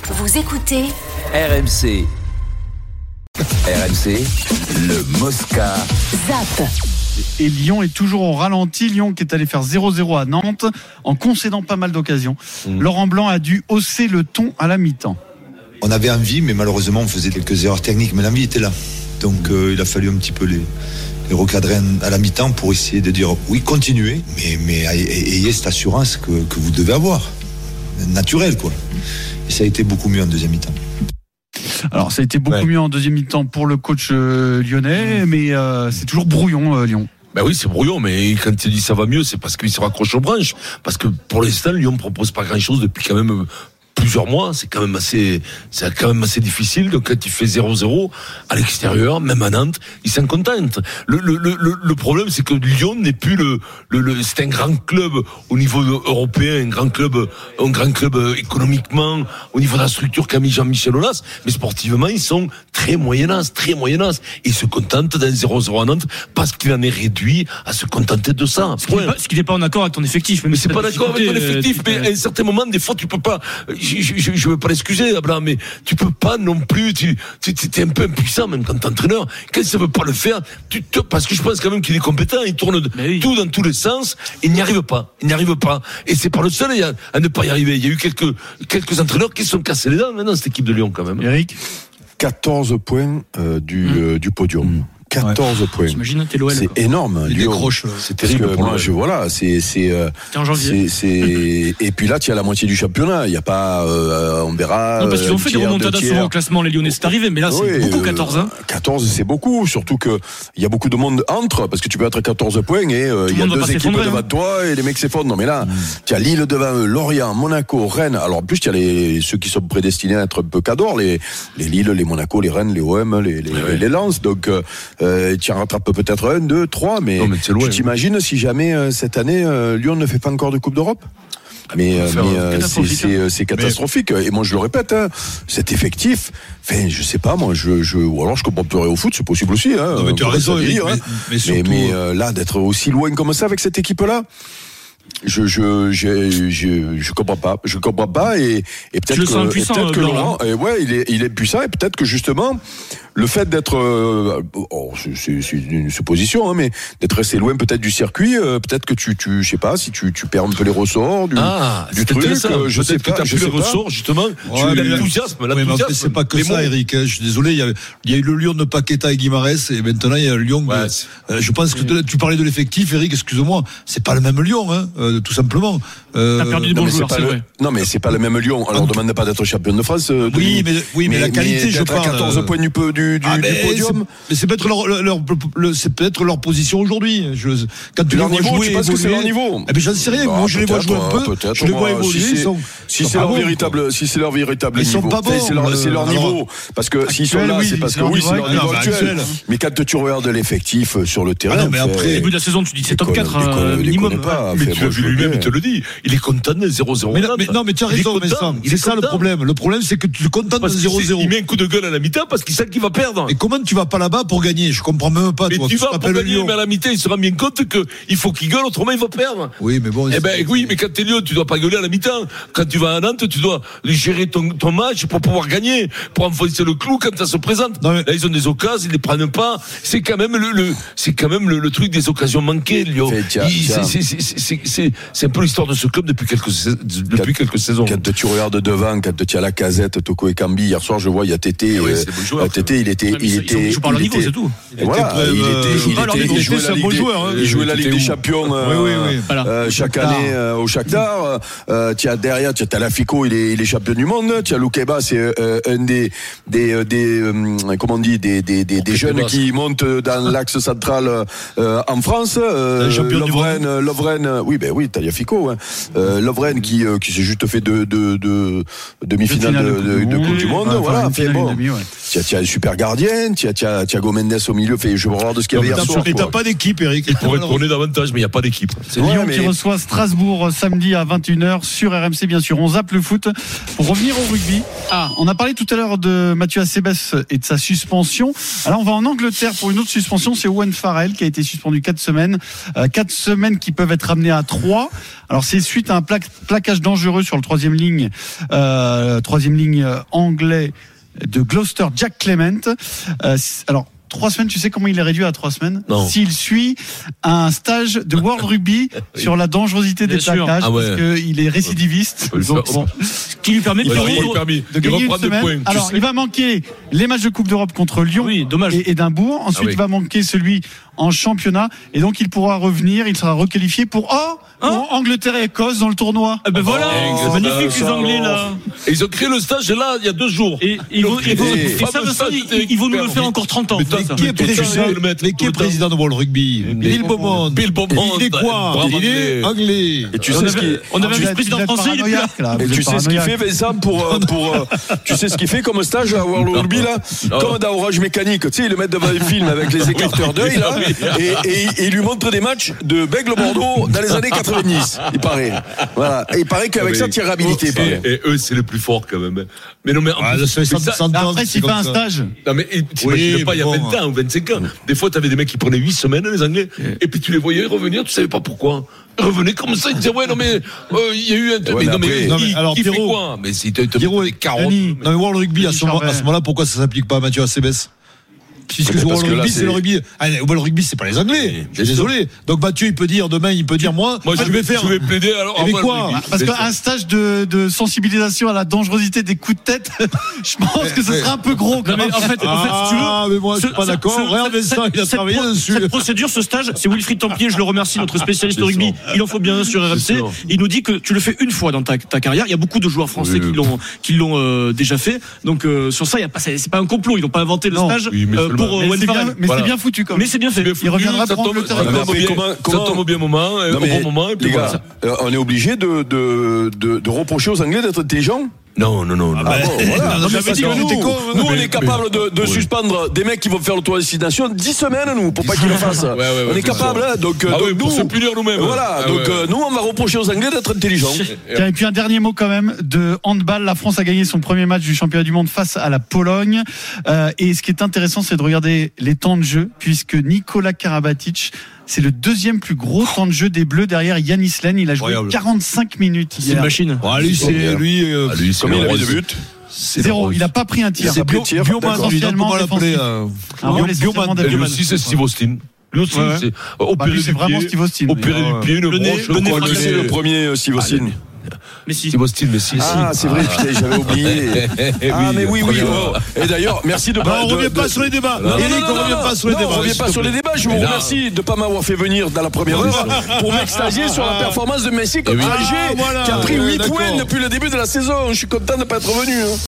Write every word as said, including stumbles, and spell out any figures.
Vous écoutez R M C. R M C, le Mosca. Zap. Et Lyon est toujours au ralenti. Lyon qui est allé faire zéro zéro à Nantes en concédant pas mal d'occasions. Mmh. Laurent Blanc a dû hausser le ton à la mi-temps. On avait envie, mais malheureusement on faisait quelques erreurs techniques, mais l'envie était là. Donc euh, il a fallu un petit peu les, les recadrer à la mi-temps pour essayer de dire oui, continuez, mais, mais ayez cette assurance que, que vous devez avoir, naturelle quoi. Et ça a été beaucoup mieux en deuxième mi-temps. Alors ça a été beaucoup ouais. mieux en deuxième mi-temps pour le coach euh, lyonnais, mais euh, c'est toujours brouillon euh, Lyon. Ben oui, c'est brouillon, mais quand il dit ça va mieux, c'est parce qu'il se raccroche aux branches. Parce que pour l'instant, Lyon propose pas grand-chose depuis quand même plusieurs mois. C'est quand même assez, c'est quand même assez difficile. Donc quand il fait zéro zéro à l'extérieur, même à Nantes, il s'en contente. Le, le, le, le problème, c'est que Lyon n'est plus le, le, le, c'est un grand club au niveau européen, un grand club, un grand club économiquement, au niveau de la structure qu'a mis Jean-Michel Aulas. Mais sportivement, ils sont très moyennas, très moyennas. Et ils se contentent d'un zéro zéro à Nantes parce qu'il en est réduit à se contenter de ça. Ce qui n'est pas, ce qui n'est pas en accord avec ton effectif. Mais c'est pas d'accord avec ton effectif. Mais à un certain moment, des fois, tu peux pas, je, je, je veux pas l'excuser, Abraham, mais tu peux pas non plus, tu, tu, tu es un peu impuissant, même quand t'es entraîneur. Quand ça veut pas le faire, tu te, parce que je pense quand même qu'il est compétent, il tourne oui. tout dans tous les sens, il n'y arrive pas, il n'y arrive pas. Et c'est pas le seul à, à ne pas y arriver. Il y a eu quelques, quelques entraîneurs qui se sont cassés les dents maintenant, cette équipe de Lyon, quand même. Eric? quatorze points euh, du, mmh. euh, du podium. Mmh. quatorze ouais. points. J'imagine, t'es l'O L. C'est quoi. Énorme. Il décroche. C'est terrible. Pour moi, je, voilà, c'est, c'est, euh, c'était en janvier. C'est, c'est, et puis là, tu as la moitié du championnat. Il n'y a pas, euh, on verra. Non, parce qu'ils ont fait des remontadas souvent au classement, les Lyonnais, c'est arrivé, mais là, c'est oui, beaucoup quatorze, hein. quatorze, c'est beaucoup. Surtout que, il y a beaucoup de monde entre, parce que tu peux être à quatorze points et, euh, il y a deux équipes devant hein. toi et les mecs s'effondrent. Non, mais là, mmh. tu as Lille devant eux, Lorient, Monaco, Rennes. Alors, en plus, tu as les, ceux qui sont prédestinés à être un peu cadors, les, les Lille, les Monaco, les Rennes, les O M, les, les, ouais. les Lens. Donc, euh, tu en rattrapes peut-être un, deux, trois, mais, non, mais tu t'imagines si jamais euh, cette année euh, Lyon ne fait pas encore de Coupe d'Europe? Mais, euh, mais euh, c'est, c'est, c'est catastrophique. Mais... Et moi je le répète, hein, cet effectif, enfin je sais pas, moi je, je ou alors je comprends plus rien au foot, c'est possible aussi. Hein, non mais tu as raison, Eric, dire, mais, hein. mais, surtout... mais, mais euh, là d'être aussi loin comme ça avec cette équipe-là. Je je je je je comprends pas, je comprends pas et et peut-être le que, sens impuissant, et peut-être que Blanc, Laurent, et ouais, il est il est puissant et peut-être que justement le fait d'être euh, oh, c'est, c'est une supposition hein, mais d'être resté loin peut-être du circuit, euh, peut-être que tu tu je sais pas si tu tu perds un peu les ressorts du ah, du truc, euh, je sais que pas, tu as je plus sais les ressorts justement, ouais, tu l'enthousiasme, oui, mais c'est pas que ça, mots. Eric, hein, je suis désolé, il y a il y a eu le Lyon de Paqueta et Guimarães et maintenant il y a le Lyon. Ouais, de, euh, je pense que tu parlais de l'effectif, Eric, excuse-moi, c'est pas le même Lyon hein, euh, tout simplement. Euh, T'as perdu des bons joueurs, c'est le, vrai. Non, mais c'est pas le même Lyon. Alors, on demande pas d'être champion de France. Euh, oui, mais, oui, mais, mais la qualité, mais je parle. quatorze points du, du, du, ah, du podium. C'est, mais c'est peut-être leur, leur, leur, leur, c'est peut-être leur position aujourd'hui. Je, quand tu leur les vois niveau, jouer, tu penses que c'est leur niveau? Eh ben, j'en sais rien. Moi, je les vois jouer un peu. Je les vois évoluer. Si c'est, si c'est leur véritable, si c'est leur véritable niveau. Ils sont pas bons. C'est leur, c'est leur niveau. Parce que s'ils sont là, c'est parce que oui, c'est leur niveau actuel. Mais quand tu regardes l'effectif sur le terrain. Non, mais après. Au début de la saison, tu dis c'est top quatre minimum. Mais tu l'as vu lui-même, il te le dit. Il est content de zéro zéro. Non, mais tu as raison, Vincent. C'est ça le problème. Le problème, c'est que tu te contentes de zéro zéro. Il met un coup de gueule à la mi-temps parce qu'il sait qu'il va perdre. Et comment tu vas pas là-bas pour gagner? Je comprends même pas. Mais tu vas pour gagner, mais à la mi-temps, il se rend bien compte qu'il faut qu'il gueule, autrement il va perdre. Oui, mais bon. Eh ben oui, mais quand t'es Lyon, tu dois pas gueuler à la mi-temps. Quand tu vas à Nantes, tu dois gérer ton, ton match pour pouvoir gagner, pour enfoncer le clou quand ça se présente. Non, mais... Là, ils ont des occasions, ils les prennent pas. C'est quand même le, le c'est quand même le, le truc des occasions manquées, Lyon. C'est, c'est, c'est, c'est, c'est, c'est un peu l'histoire de ce club depuis quelques, depuis quelques saisons. Quand tu regardes devant, quand tu as la Casette, Toko et Cambi, hier soir je vois il y a Tété, oui, euh, Tété il était, il était, il joue par le niveau, c'est tout. Et voilà, il était, il jouait la Ligue, il jouait la Ligue des Champions chaque année au Shakhtar. Tu as derrière, tu as Talafico, il est, il est champion du monde. Tu as Loukeba, c'est un des, des, des, comment on dit, des, des, des, des jeunes qui montent dans l'axe central en France. Lovren, Lovren, oui, ben oui, Talafico, Lovren qui, qui s'est juste fait de, de, de demi-finale de, de, de Coupe du Monde. Ouais, voilà, fait bon. Demi, ouais. Tu as, tu as un super gardien, tu as, tu as Thiago Mendes au milieu. Fait, je regarde ce qu'il y avait hier soir. Et t'as pas d'équipe, Eric. Il pourrait tourner davantage, mais il n'y a pas d'équipe. C'est ouais, Lyon mais... qui reçoit Strasbourg samedi à vingt et une heures sur R M C, bien sûr. On zappe le foot pour revenir au rugby. Ah, on a parlé tout à l'heure de Mathieu Acebes et de sa suspension. Alors on va en Angleterre pour une autre suspension, c'est Owen Farrell qui a été suspendu quatre semaines, euh, quatre semaines qui peuvent être ramenées à trois. Alors c'est suite à un pla- plaquage dangereux sur le troisième ligne, euh, troisième ligne anglais de Gloucester, Jack Clement. Euh, alors trois semaines, tu sais comment il est réduit à trois semaines? Non. S'il suit un stage de World Rugby sur la dangerosité des Bien sûr. plaquages, Ah ouais. parce qu'il est récidiviste. Ouais. Donc, bon, Ce qui lui permet de Ouais, faire il est retour- permis. de Il gagner une reprend des semaine. points. Alors, il va manquer les matchs de Coupe d'Europe contre Lyon Oui, dommage. et Édimbourg. Ensuite, Ah oui. il va manquer celui en championnat. Et donc, il pourra revenir. Il sera requalifié pour oh, Hein pour Angleterre et Écosse dans le tournoi. Ah ben voilà, Oh, c'est magnifique les Anglais là. Et ils ont créé le stage là il y a deux jours. Et ils vont, ils vont, Et- et ça, ça, ils, ils vont nous le faire encore trente ans. Mais ça, ça. qui est tu sais, président, le mettre mais tout qui est le temps. président de World Rugby? Bill Beaumont. Bill Beaumont. Il est quoi? Bravo, Il est anglais. Et tu On sais ce qui avait, on avait un Vous êtes- vice-président vous êtes français, il est plus là. paranoïaque, là. Et Vous tu êtes sais ce qu'il fait, paranoïaque. Vincent, pour, euh, pour, euh, tu sais ce qu'il fait comme stage à World Rugby, là? Non. Comme dans Orange Mécanique, tu sais, ils le mettent devant les films avec les écarteurs d'œil, là, et, et, et il lui montre des matchs de Bègle-Bordeaux dans les années quatre-vingt-dix, il paraît. Voilà. Et il paraît qu'avec ça, tu es réhabilité, il paraît. Et, et eux, c'est le plus fort quand même. Mais non, mais en Ah, plus, ça fait mais cent- ça- cent ans, Après, c'est s'il fait comme un ça. stage. non, mais t'imagines Oui, pas, il y a bon. vingt ans ou vingt-cinq ans. Des fois, t'avais des mecs qui prenaient huit semaines, les Anglais, et puis tu les voyais revenir, tu savais pas pourquoi. Ils revenaient comme ça, ils disaient, ouais, non, mais, euh, il y a eu un truc, Ouais, mais non, mais mais, après- Non, mais il, alors, il fait Pierrot- quoi? Mais si tu te Pierrot mets et des carottes. Denis. Non, mais World Rugby, à ce moment- à ce Charvet. moment-là, pourquoi ça s'applique pas à Mathieu Acebes? Puisque Mais le parce World que là, Rugby, c'est c'est- le rugby. Ah, le World Rugby, c'est pas les Anglais. Je suis désolé. Donc Mathieu, il peut dire demain, il peut dire moi, Moi, je vais faire. je vais plaider alors. Eh, mais ah, quoi moi, je- Parce mais- qu'un stage de, de sensibilisation à la dangerosité des coups de tête, je pense que ce serait un peu gros. Non, mais en fait, en fait, si tu veux. Ah, mais moi, je suis ce- pas ce- d'accord. ce- Regarde, cette- Vincent, il a cette travaillé pro- dessus. Cette procédure, ce stage, c'est Wilfried Templier, je le remercie, notre spécialiste Bien rugby. sûr. Il en faut bien un sur R M C. Bien sûr. Il nous dit que tu le fais une fois dans ta, ta carrière. Il y a beaucoup de joueurs français Oui, qui oui. l'ont, qui l'ont euh, déjà fait. Donc euh, sur ça, il y a pas, c'est c'est pas un complot. Ils n'ont pas inventé le Non. stage Oui, mais euh, seulement- pour euh, Mais Owen c'est bien, Farrell. mais Voilà. c'est bien foutu quand Mais même. c'est bien fait. Il reviendra ça pour tombe, Angleterre. ça Mais tombe après, bien, comment- ça comment- tombe au bien moment, euh, Non, au mais, bon moment, et puis les voilà. gars, euh, on est obligé de, de, de, de reprocher aux Anglais d'être intelligents. Non, non, non. non. Ah bon, voilà. non, Non, mais j'avais parce dit que qu'on nous, était cons, hein. nous, on Mais- est capable de, de oui. suspendre des mecs qui vont faire l'autodestination dix semaines, nous, pour pas qu'ils le fassent. Ouais, ouais, ouais, on est c'est capable, ça. hein, donc, euh, Ah donc oui, pour nous, se punir nous-mêmes. Voilà, Ah donc ouais. euh, nous, on va reprocher aux Anglais d'être intelligents. Tiens, et puis un dernier mot quand même de handball. La France a gagné son premier match du championnat du monde face à la Pologne. Euh, et ce qui est intéressant, c'est de regarder les temps de jeu, puisque Nikola Karabatic, c'est le deuxième plus gros temps de jeu des Bleus derrière Yannis Len. Il a joué Incroyable. quarante-cinq minutes C'est une hier. machine. Bon, lui, c'est lui. euh, Ah, lui, c'est Combien il le a mis de rose. buts? c'est Zéro. le Il n'a pas pris un tir. C'est Bio- plus tir, Bioman, d'accord. dis donc, comment Essentiellement l'appeler défensif. euh, Un rôle essentiellement Bioman. Et lui défensif. aussi, c'est Steve Austin. Lui aussi, Ouais, ouais. c'est Bah, opéré lui, c'est du vraiment pied. Steve Austin. Opéré Ouais, du pied, une Le nez- broche. le nez quoi, Qui fracassé. c'est le- le premier, euh, Steve Austin? Mais si. Steve Austin, mais si, si. Ah, c'est vrai, putain, j'avais oublié. Ah, mais oui, oui. première- oh. Et d'ailleurs, merci de Non, pas. on de- revient de- pas sur les débats. Non, non, Eric, non, on non, revient non, pas sur les non, débats. on revient s'il pas te sur les plaît. débats. Je vous Mais là- remercie de ne pas m'avoir fait venir dans la première heure pour m'extasier sur la performance de Messi contre oui. Alger, Ah, voilà. qui a pris Ouais, huit d'accord. points depuis le début de la saison. Je suis content de ne pas être venu. hein.